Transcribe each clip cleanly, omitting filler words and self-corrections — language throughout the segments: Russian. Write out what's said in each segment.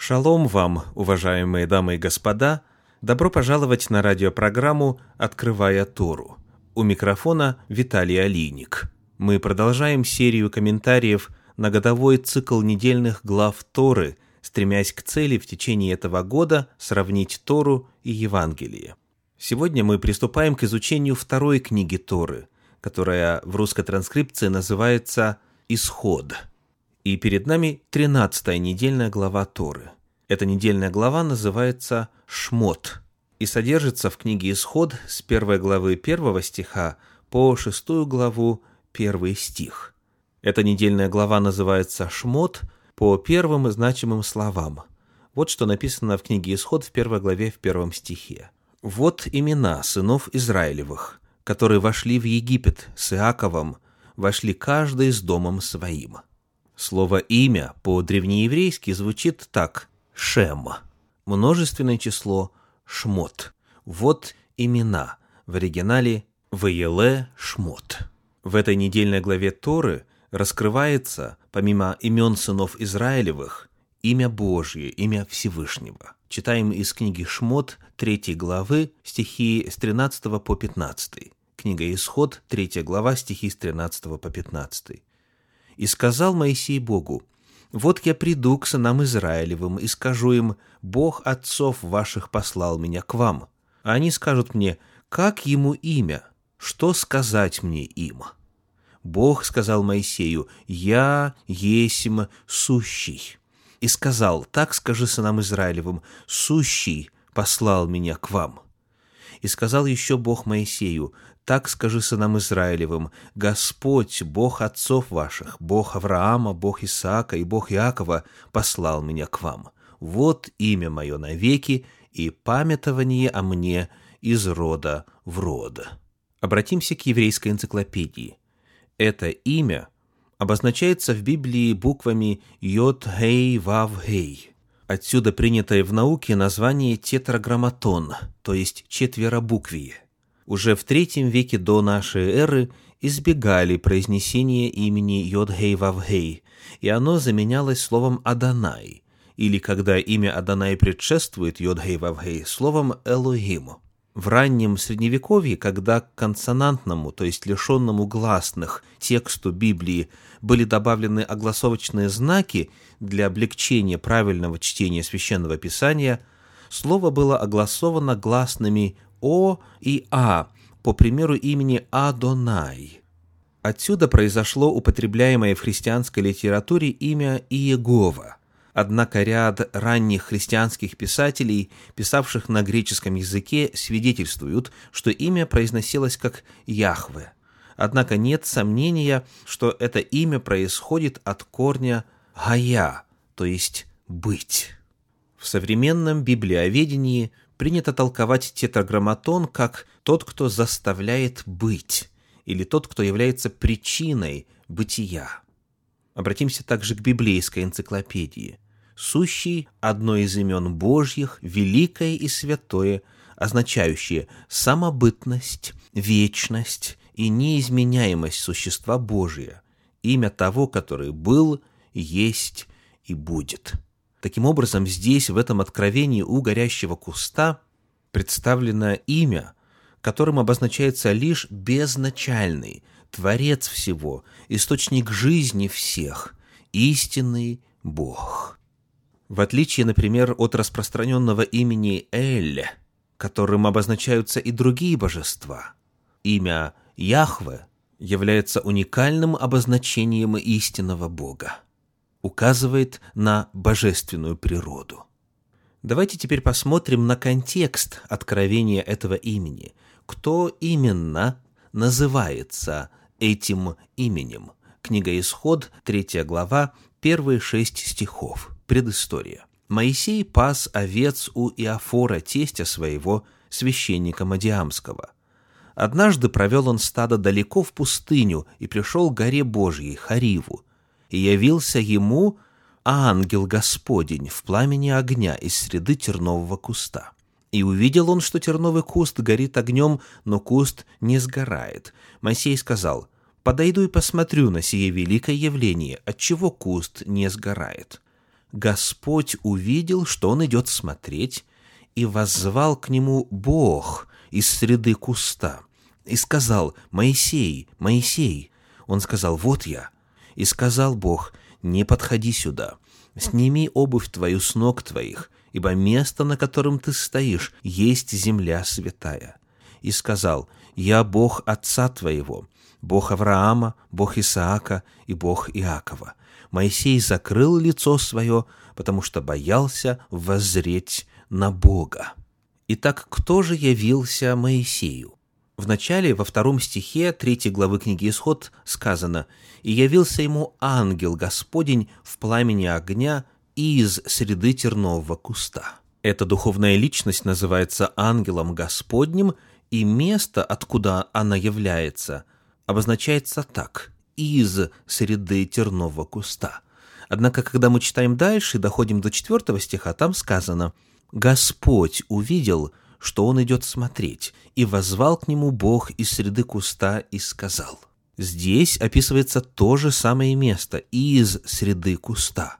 Шалом вам, уважаемые дамы и господа! Добро пожаловать на радиопрограмму «Открывая Тору». У микрофона Виталий Алийник. Мы продолжаем серию комментариев на годовой цикл недельных глав Торы, стремясь к цели в течение этого года сравнить Тору и Евангелие. Сегодня мы приступаем к изучению второй книги Торы, которая в русской транскрипции называется «Исход». И перед нами 13-я недельная глава Торы. Эта недельная глава называется «Шмот» и содержится в книге «Исход» с 1 главы 1 стиха по 6 главу 1 стих. Эта недельная глава называется «Шмот» по первым значимым словам. Вот что написано в книге «Исход» в 1 главе в 1 стихе. «Вот имена сынов Израилевых, которые вошли в Египет с Иаковом, вошли каждый с домом своим». Слово «имя» по-древнееврейски звучит так – «шем». Множественное число – «шмот». Вот имена. В оригинале «ваеле шмот». В этой недельной главе Торы раскрывается, помимо имен сынов Израилевых, имя Божье, имя Всевышнего. Читаем из книги «Шмот» 3 главы, стихи с 13 по 15. Книга «Исход», 3 глава, стихи с 13 по 15. «И сказал Моисей Богу: вот я приду к сынам Израилевым и скажу им: Бог отцов ваших послал меня к вам. А они скажут мне: как ему имя? Что сказать мне им? Бог сказал Моисею: я есмь сущий. И сказал: так скажи сынам Израилевым: сущий послал меня к вам. И сказал еще Бог Моисею: так скажи сынам Израилевым: Господь, Бог отцов ваших, Бог Авраама, Бог Исаака и Бог Иакова послал меня к вам. Вот имя мое навеки, и памятование о мне из рода в род». Обратимся к еврейской энциклопедии. Это имя обозначается в Библии буквами Йод, Гей, Вав, Гей. Отсюда принятое в науке название тетраграмматон, то есть четверобуквие. Уже в III веке до нашей эры избегали произнесения имени Йод-Гей-Вав-Гей, и оно заменялось словом Адонай, или, когда имя Адонай предшествует Йод-Гей-Вав-Гей, словом Элохим. В раннем Средневековье, когда к консонантному, то есть лишенному гласных, тексту Библии были добавлены огласовочные знаки для облегчения правильного чтения Священного Писания, слово было огласовано гласными «о» и «а», по примеру имени Адонай. Отсюда произошло употребляемое в христианской литературе имя Иегова. Однако ряд ранних христианских писателей, писавших на греческом языке, свидетельствуют, что имя произносилось как Яхве. Однако нет сомнения, что это имя происходит от корня «гая», то есть «быть». В современном библиоведении принято толковать тетраграмматон как «тот, кто заставляет быть», или «тот, кто является причиной бытия». Обратимся также к библейской энциклопедии. «Сущий» – одно из имен Божьих, великое и святое, означающее самобытность, вечность и неизменяемость существа Божия, имя того, который был, есть и будет. Таким образом, здесь, в этом откровении у горящего куста, представлено имя, которым обозначается лишь безначальный, Творец всего, источник жизни всех, истинный Бог. В отличие, например, от распространенного имени Эль, которым обозначаются и другие божества, имя Яхве является уникальным обозначением истинного Бога, указывает на божественную природу. Давайте теперь посмотрим на контекст откровения этого имени. Кто именно называется этим именем? Книга «Исход», 3 глава, первые 6 стихов. Предыстория. Моисей пас овец у Иофора, тестя своего, священника Мадиамского. Однажды провел он стадо далеко в пустыню и пришел к горе Божьей, Хариву, и явился ему ангел Господень в пламени огня из среды тернового куста. И увидел он, что терновый куст горит огнем, но куст не сгорает. Моисей сказал: «Подойду и посмотрю на сие великое явление, отчего куст не сгорает». Господь увидел, что он идет смотреть, и воззвал к нему Бог из среды куста, и сказал: «Моисей, Моисей». Он сказал: «Вот я». И сказал Бог: «Не подходи сюда, сними обувь твою с ног твоих, ибо место, на котором ты стоишь, есть земля святая». И сказал: «Я Бог отца твоего, Бог Авраама, Бог Исаака и Бог Иакова». Моисей закрыл лицо свое, потому что боялся воззреть на Бога. Итак, кто же явился Моисею? Вначале, во 2 стихе 3 главы книги Исход сказано: «И явился ему ангел Господень в пламени огня из среды тернового куста». Эта духовная личность называется ангелом Господним, и место, откуда она является, обозначается так: из среды тернового куста. Однако, когда мы читаем дальше и доходим до 4 стиха, там сказано: «Господь увидел, что он идет смотреть, и воззвал к нему Бог из среды куста и сказал». Здесь описывается то же самое место: из среды куста.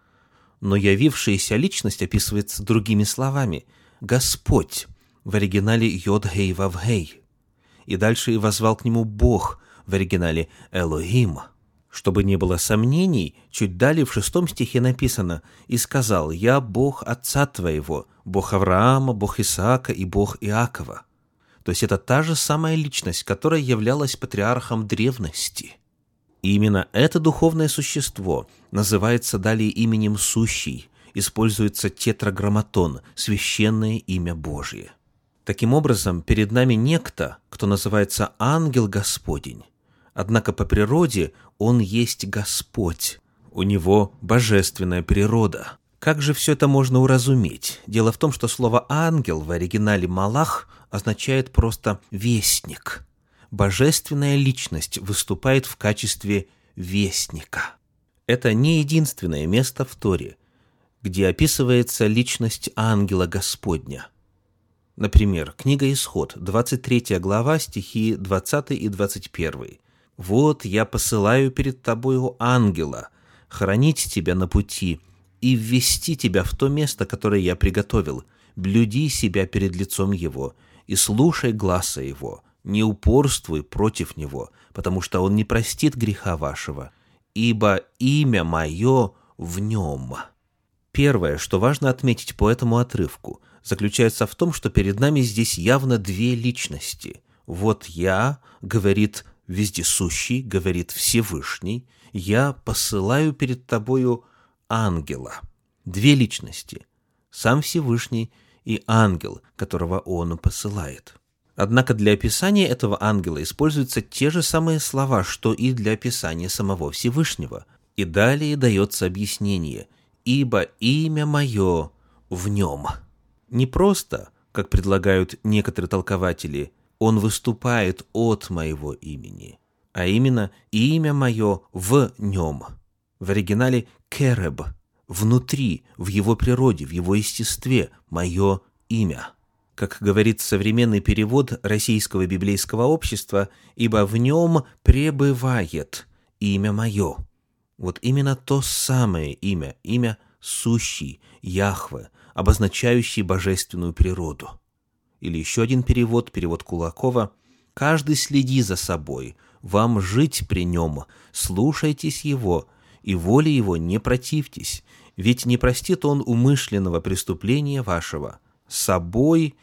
Но явившаяся личность описывается другими словами: «Господь», в оригинале Йод-Гей-Вав-Гей. И дальше: «И воззвал к нему Бог», в оригинале Элохим. Чтобы не было сомнений, чуть далее в 6 стихе написано: «И сказал: Я Бог отца твоего, Бог Авраама, Бог Исаака и Бог Иакова». То есть это та же самая личность, которая являлась патриархом древности. И именно это духовное существо называется далее именем Сущий, используется тетраграмматон, священное имя Божье. Таким образом, перед нами некто, кто называется ангел Господень. Однако по природе он есть Господь, у него божественная природа. Как же все это можно уразуметь? Дело в том, что слово «ангел» в оригинале «малах» означает просто «вестник». Божественная личность выступает в качестве вестника. Это не единственное место в Торе, где описывается личность ангела Господня. Например, книга Исход, 23 глава, стихи 20 и 21. «Вот я посылаю перед тобою ангела, хранить тебя на пути и ввести тебя в то место, которое я приготовил. Блюди себя перед лицом его и слушай гласа его, не упорствуй против него, потому что он не простит греха вашего, ибо имя мое в нем». Первое, что важно отметить по этому отрывку, заключается в том, что перед нами здесь явно две личности. «Вот я», говорит вездесущий, говорит Всевышний, «я посылаю перед тобою ангела». Две личности: сам Всевышний и ангел, которого он посылает. Однако для описания этого ангела используются те же самые слова, что и для описания самого Всевышнего. И далее дается объяснение: «Ибо имя мое в нем». Не просто, как предлагают некоторые толкователи, «он выступает от моего имени», а именно «имя мое в нем». В оригинале «кереб», внутри, в его природе, в его естестве, мое имя. Как говорит современный перевод Российского библейского общества, «ибо в нем пребывает имя мое». Вот именно то самое имя, имя Сущий, Яхве, обозначающий божественную природу. Или еще один перевод, перевод Кулакова: «Каждый следи за собой, вам жить при нем, слушайтесь его, и воле его не противьтесь, ведь не простит он умышленного преступления вашего, собой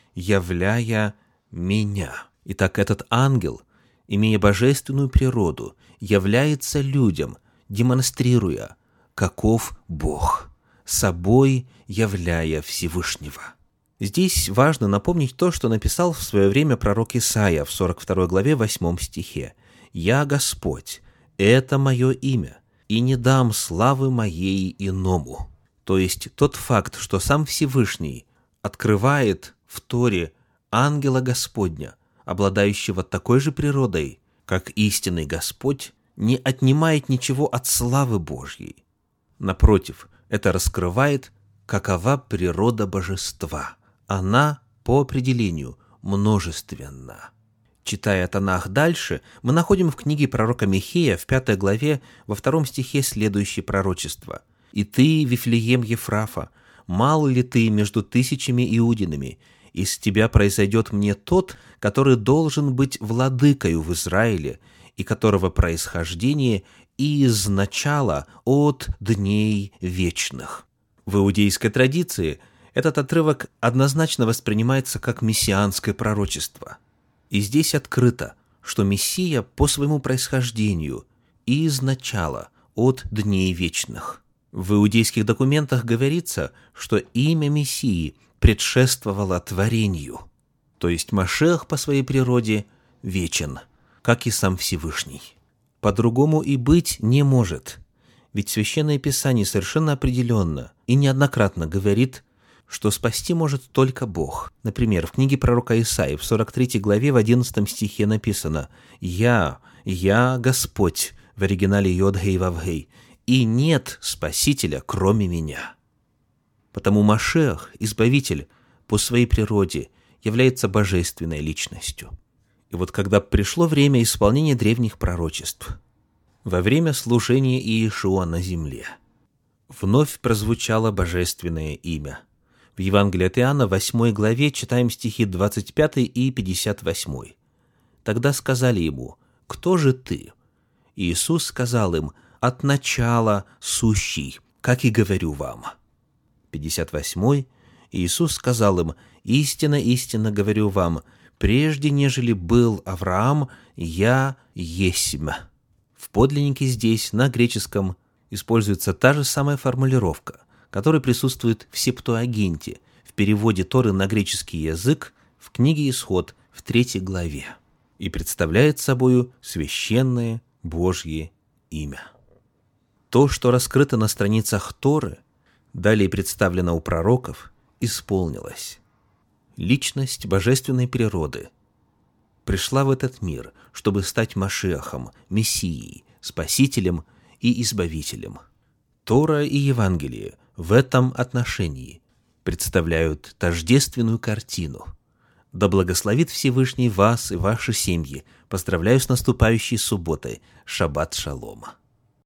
являя меня». Итак, этот ангел, имея божественную природу, является людям, демонстрируя, каков Бог, собой являя Всевышнего. Здесь важно напомнить то, что написал в свое время пророк Исаия в 42 главе 8 стихе: «Я Господь, это мое имя, и не дам славы моей иному». То есть тот факт, что сам Всевышний открывает в Торе ангела Господня, обладающего такой же природой, как истинный Господь, не отнимает ничего от славы Божьей. Напротив, это раскрывает, какова природа божества. Она, по определению, множественна. Читая Танах дальше, мы находим в книге пророка Михея в 5 главе во 2 стихе следующее пророчество: И ты, Вифлеем Ефрафа, мал ли ты между тысячами иудинами? Из тебя произойдет мне тот, который должен быть владыкою в Израиле, и которого происхождение из начала от дней вечных». В иудейской традиции этот отрывок однозначно воспринимается как мессианское пророчество. И здесь открыто, что Мессия по своему происхождению из начала от дней вечных. В иудейских документах говорится, что имя Мессии предшествовало творению, то есть Машиах по своей природе вечен, как и сам Всевышний. По-другому и быть не может, ведь Священное Писание совершенно определенно и неоднократно говорит, что спасти может только Бог. Например, в книге пророка Исаии в 43 главе в 11 стихе написано: «Я Господь», в оригинале Йод-Гей-Вав-Гей, «и нет Спасителя, кроме Меня». Потому Машиах, Избавитель, по своей природе является божественной личностью. И вот когда пришло время исполнения древних пророчеств, во время служения Иешуа на земле, вновь прозвучало божественное имя. В Евангелии от Иоанна, 8 главе, читаем стихи 25 и 58. «Тогда сказали ему: Кто же ты? И Иисус сказал им: От начала сущий, как и говорю вам». 58. Иисус сказал им: Истинно, истинно говорю вам, прежде нежели был Авраам, я есмь. В подлиннике здесь, на греческом, используется та же самая формулировка, которая присутствует в Септуагинте, в переводе Торы на греческий язык, в книге Исход, в 3 главе, и представляет собою священное Божье имя. То, что раскрыто на страницах Торы, далее представлено у пророков, исполнилось. Личность божественной природы пришла в этот мир, чтобы стать Машиахом, Мессией, Спасителем и Избавителем. Тора и Евангелие в этом отношении представляют тождественную картину. Да благословит Всевышний вас и ваши семьи. Поздравляю с наступающей субботой. Шаббат шалом.